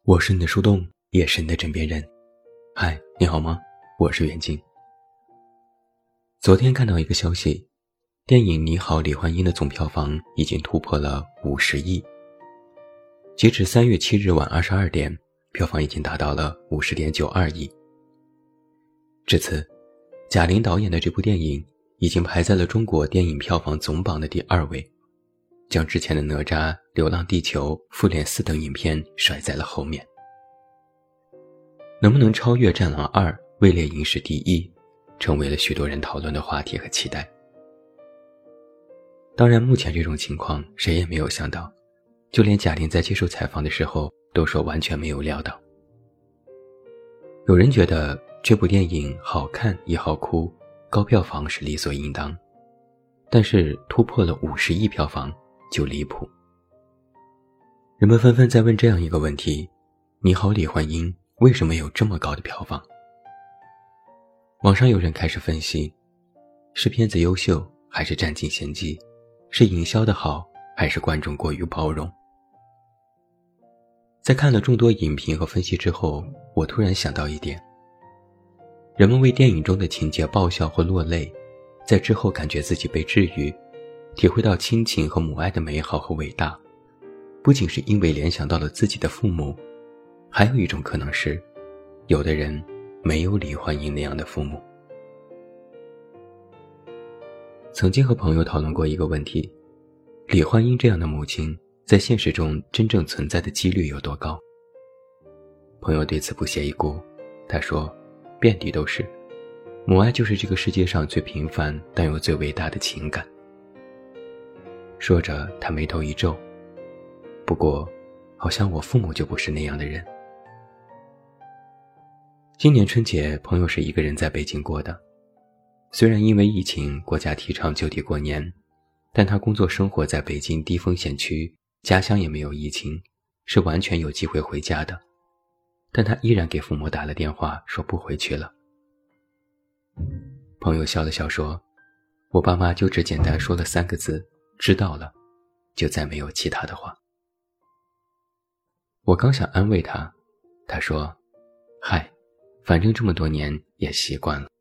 我是你的树洞，也是你的枕边人。嗨，你好吗？我是袁静。昨天看到一个消息，电影《你好，李焕英》的总票房已经突破了50亿。截止3月7日晚22点，票房已经达到了50.92亿。至此，贾玲导演的这部电影已经排在了中国电影票房总榜的第2位，将之前的哪吒、流浪地球、复联4等影片甩在了后面。能不能超越战狼2位列影史第一，成为了许多人讨论的话题和期待。当然目前这种情况谁也没有想到，就连贾玲在接受采访的时候都说完全没有料到。有人觉得这部电影好看也好哭，高票房是理所应当，但是突破了50亿票房就离谱。人们纷纷在问这样一个问题：你好，李焕英为什么有这么高的票房？网上有人开始分析，是片子优秀还是占尽先机，是营销的好还是观众过于包容。在看了众多影评和分析之后，我突然想到一点，人们为电影中的情节爆笑或落泪，在之后感觉自己被治愈，体会到亲情和母爱的美好和伟大，不仅是因为联想到了自己的父母，还有一种可能是，有的人没有李焕英那样的父母。曾经和朋友讨论过一个问题，李焕英这样的母亲在现实中真正存在的几率有多高？朋友对此不屑一顾，他说遍地都是，母爱就是这个世界上最平凡但又最伟大的情感。说着他眉头一皱，不过好像我父母就不是那样的人。今年春节朋友是一个人在北京过的，虽然因为疫情国家提倡就地过年，但他工作生活在北京低风险区，家乡也没有疫情，是完全有机会回家的，但他依然给父母打了电话说不回去了。朋友笑了笑说，我爸妈就只简单说了3个字，知道了，就再没有其他的话。我刚想安慰他，他说嗨，反正这么多年也习惯了。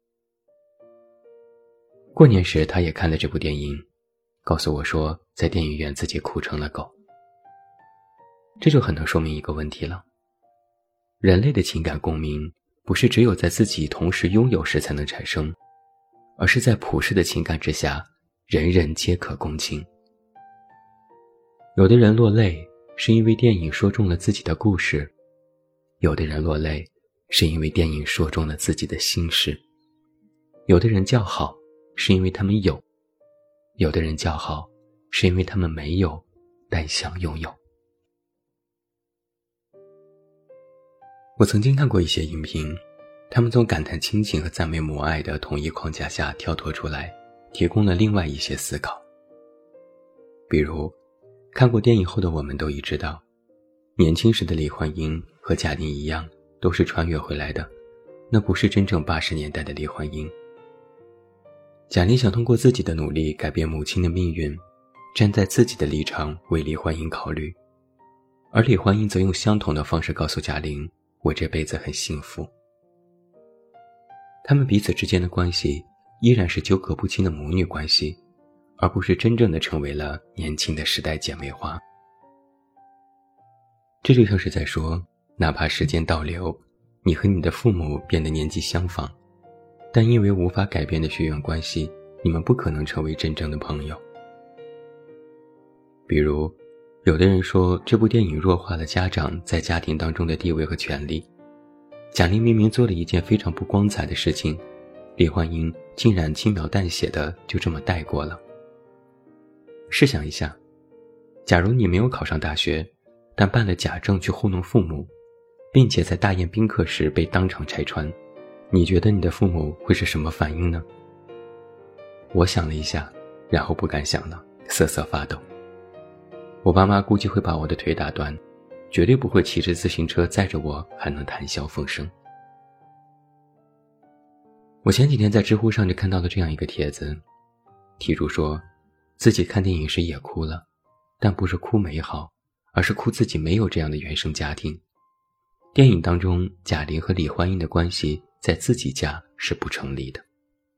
过年时他也看了这部电影，告诉我说在电影院自己哭成了狗。这就很能说明一个问题了，人类的情感共鸣不是只有在自己同时拥有时才能产生，而是在普世的情感之下，人人皆可共情。有的人落泪是因为电影说中了自己的故事，有的人落泪是因为电影说中了自己的心事，有的人叫好是因为他们有，有的人叫好是因为他们没有，但想拥有。我曾经看过一些影评，他们从感叹亲情和赞美母爱的统一框架下跳脱出来，提供了另外一些思考。比如看过电影后的我们都已知道，年轻时的李焕英和贾玲一样，都是穿越回来的，那不是真正80年代的李焕英。贾玲想通过自己的努力改变母亲的命运，站在自己的立场为李焕英考虑，而李焕英则用相同的方式告诉贾玲，我这辈子很幸福。他们彼此之间的关系依然是纠葛不清的母女关系，而不是真正的成为了年轻的时代姐妹花。这就像是在说，哪怕时间倒流，你和你的父母变得年纪相仿，但因为无法改变的血缘关系，你们不可能成为真正的朋友。比如有的人说这部电影弱化了家长在家庭当中的地位和权利，贾玲明明做了一件非常不光彩的事情，李焕英竟然轻描淡写的就这么带过了。试想一下，假如你没有考上大学，但办了假证去糊弄父母，并且在大宴宾客时被当场拆穿，你觉得你的父母会是什么反应呢？我想了一下，然后不敢想了，瑟瑟发抖。我爸妈估计会把我的腿打断，绝对不会骑着自行车载着我还能谈笑风生。我前几天在知乎上就看到了这样一个帖子，题主说自己看电影时也哭了，但不是哭美好，而是哭自己没有这样的原生家庭， 电影当中贾玲和李焕英的关系在自己家是不成立的。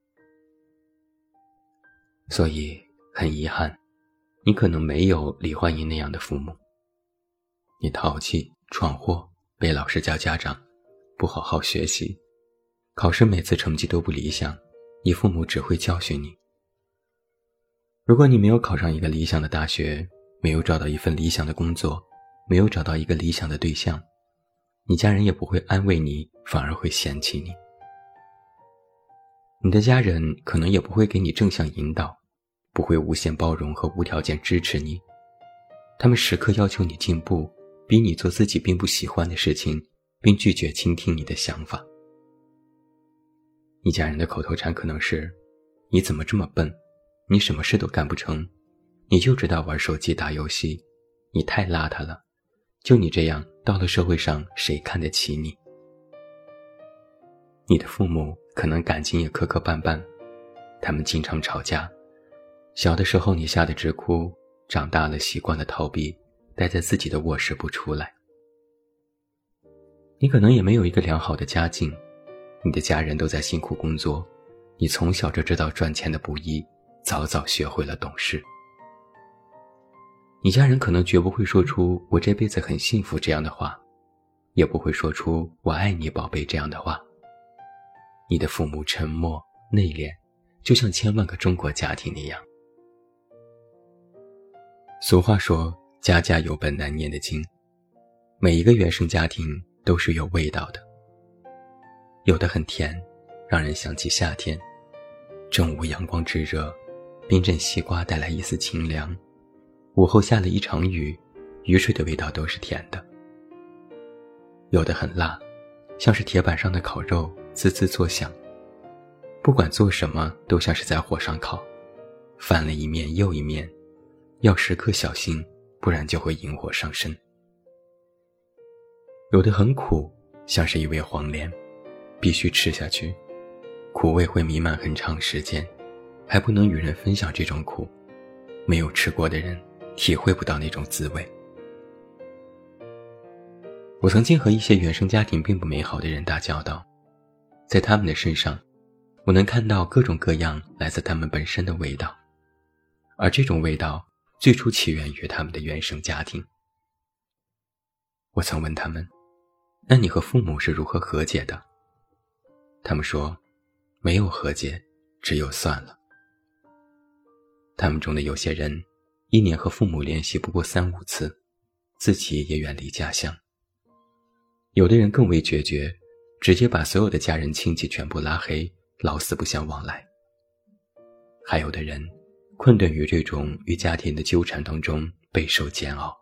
所以很遗憾，你可能没有李焕英那样的父母。你淘气、闯祸，被老师叫家长，不好好学习，考试每次成绩都不理想，你父母只会教训你。如果你没有考上一个理想的大学，没有找到一份理想的工作，没有找到一个理想的对象，你家人也不会安慰你，反而会嫌弃你。你的家人可能也不会给你正向引导，不会无限包容和无条件支持你，他们时刻要求你进步，逼你做自己并不喜欢的事情，并拒绝倾听你的想法。你家人的口头禅可能是：你怎么这么笨？你什么事都干不成，你就知道玩手机打游戏，你太邋遢了，就你这样到了社会上谁看得起你？你的父母可能感情也磕磕绊绊，他们经常吵架，小的时候你吓得直哭，长大了习惯了逃避，待在自己的卧室不出来。你可能也没有一个良好的家境，你的家人都在辛苦工作，你从小就知道赚钱的不易，早早学会了懂事。你家人可能绝不会说出我这辈子很幸福这样的话，也不会说出我爱你宝贝这样的话。你的父母沉默内敛，就像千万个中国家庭那样。俗话说家家有本难念的经，每一个原生家庭都是有味道的，有的很甜，让人想起夏天，正午阳光炙热，冰镇西瓜带来一丝清凉，午后下了一场雨，雨水的味道都是甜的。有的很辣，像是铁板上的烤肉，滋滋作响，不管做什么都像是在火上烤，翻了一面又一面，要时刻小心，不然就会引火上身。有的很苦，像是一味黄连，必须吃下去，苦味会弥漫很长时间，还不能与人分享这种苦，没有吃过的人体会不到那种滋味。我曾经和一些原生家庭并不美好的人打交道，在他们的身上，我能看到各种各样来自他们本身的味道，而这种味道最初起源于他们的原生家庭。我曾问他们，那你和父母是如何和解的？他们说，没有和解，只有算了。他们中的有些人，一年和父母联系不过3-5次，自己也远离家乡。有的人更为决绝，直接把所有的家人亲戚全部拉黑，老死不相往来。还有的人困顿于这种与家庭的纠缠当中，备受煎熬。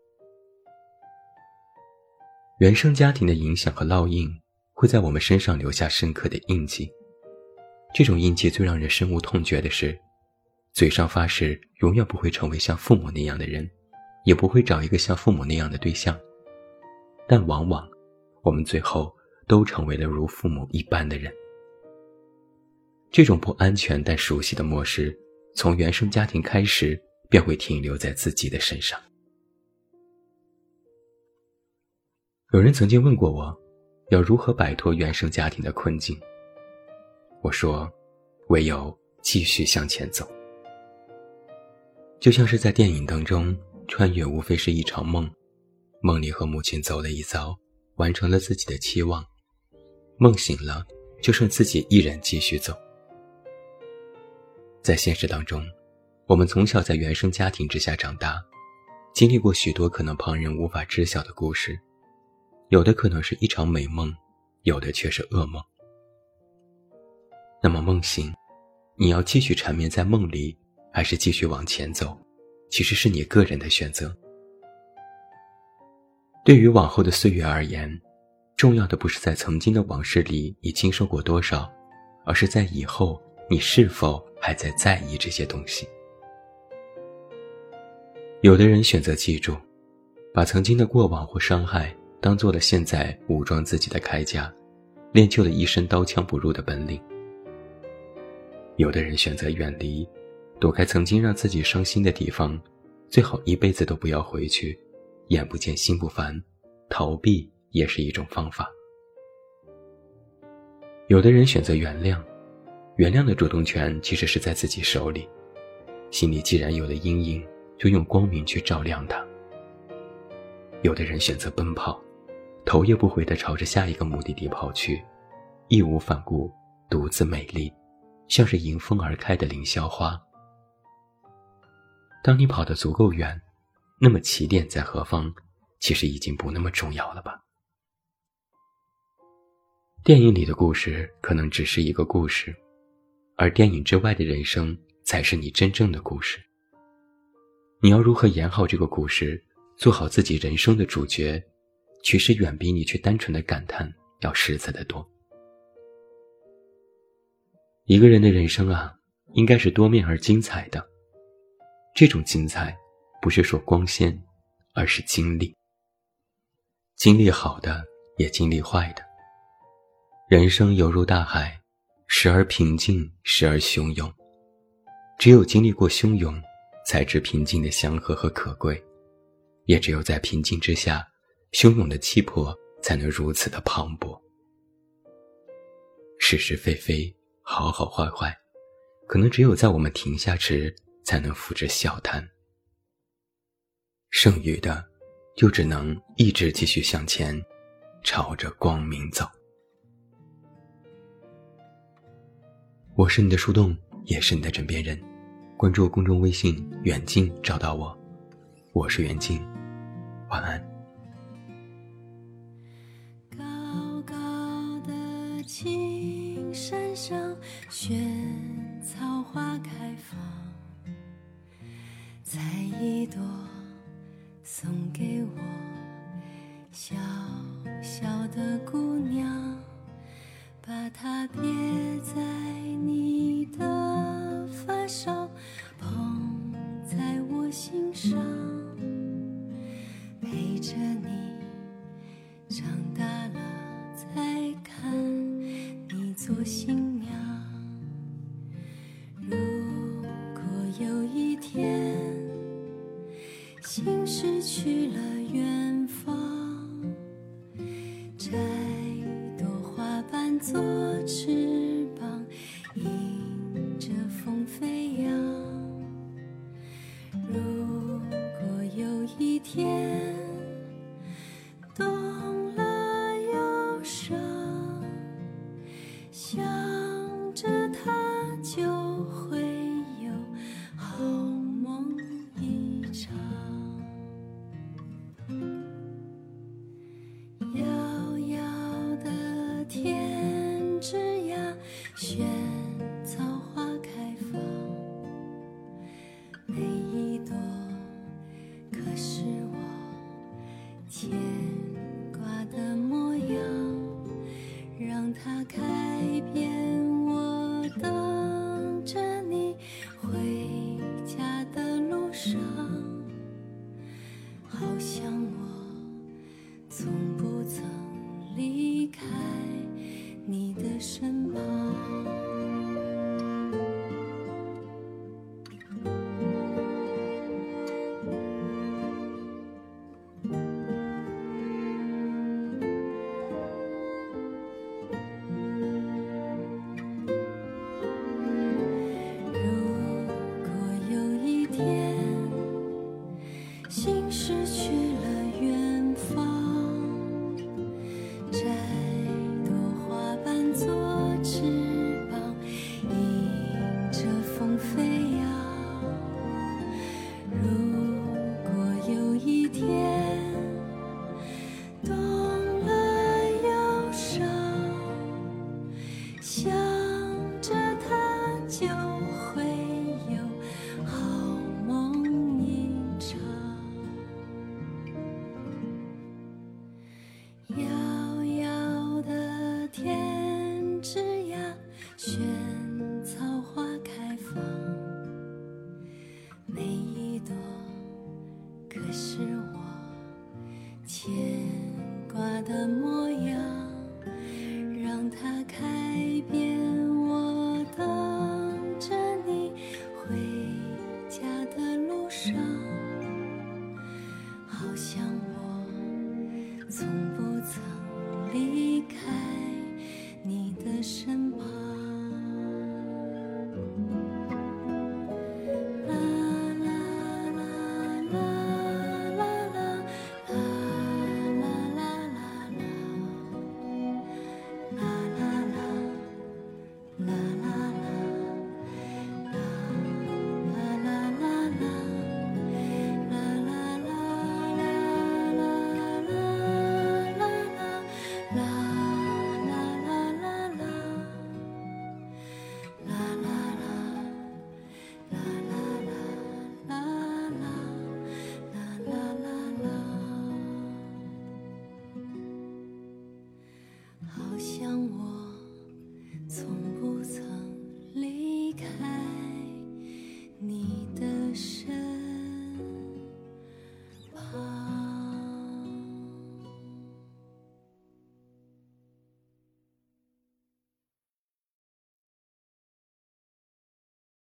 原生家庭的影响和烙印会在我们身上留下深刻的印记，这种印记最让人深恶痛绝的是，嘴上发誓永远不会成为像父母那样的人，也不会找一个像父母那样的对象，但往往我们最后都成为了如父母一般的人。这种不安全但熟悉的模式，从原生家庭开始便会停留在自己的身上。有人曾经问过我，要如何摆脱原生家庭的困境？我说，唯有继续向前走。就像是在电影当中，穿越无非是一场梦，梦里和母亲走了一遭，完成了自己的期望，梦醒了，就剩自己一人继续走。在现实当中，我们从小在原生家庭之下长大，经历过许多可能旁人无法知晓的故事，有的可能是一场美梦，有的却是噩梦。那么梦醒，你要继续缠绵在梦里，还是继续往前走，其实是你个人的选择。对于往后的岁月而言，重要的不是在曾经的往事里你经受过多少，而是在以后你是否还在意这些东西。有的人选择记住，把曾经的过往或伤害当做了现在武装自己的铠甲，练就了一身刀枪不入的本领。有的人选择远离，躲开曾经让自己伤心的地方，最好一辈子都不要回去，眼不见心不烦，逃避也是一种方法。有的人选择原谅，原谅的主动权其实是在自己手里，心里既然有了阴影，就用光明去照亮它。有的人选择奔跑，头也不回地朝着下一个目的地跑去，义无反顾，独自美丽，像是迎风而开的凌霄花。当你跑得足够远，那么起点在何方，其实已经不那么重要了吧。电影里的故事可能只是一个故事，而电影之外的人生才是你真正的故事。你要如何演好这个故事，做好自己人生的主角，其实远比你去单纯的感叹要实在得多。一个人的人生啊，应该是多面而精彩的。这种精彩不是说光鲜，而是经历。经历好的，也经历坏的。人生犹如大海，时而平静，时而汹涌。只有经历过汹涌，才知平静的祥和和可贵。也只有在平静之下，汹涌的气魄才能如此的磅礴。是是非非，好好坏坏，可能只有在我们停下时，才能付之笑谈。剩余的，就只能一直继续向前，朝着光明走。我是你的树洞，也是你的枕边人。关注公众微信远近找到我，我是远近，晚安。 高高的青山上，萱草花开放，采一朵送给我，小小的姑娘，把它别在你的发梢，捧在我心上，陪着你长大了再看你做新娘。如果有一天心失去了远方，摘朵花瓣做翅膀，迎着风飞扬。如果有一天懂了忧伤，想着它就会有好梦一场。遥遥的天之涯，萱草花开放，每一朵可是我牵挂的模样，让它开遍我等着你回家的路上，好像我从不曾离开你的身旁。心失去了远方，摘朵花瓣做翅膀，迎着风飞扬。如果有一天懂了忧伤，想着它就会有好梦一场。遥遥的天之涯，萱草花开放，每一朵可是我牵挂的模样，让它开遍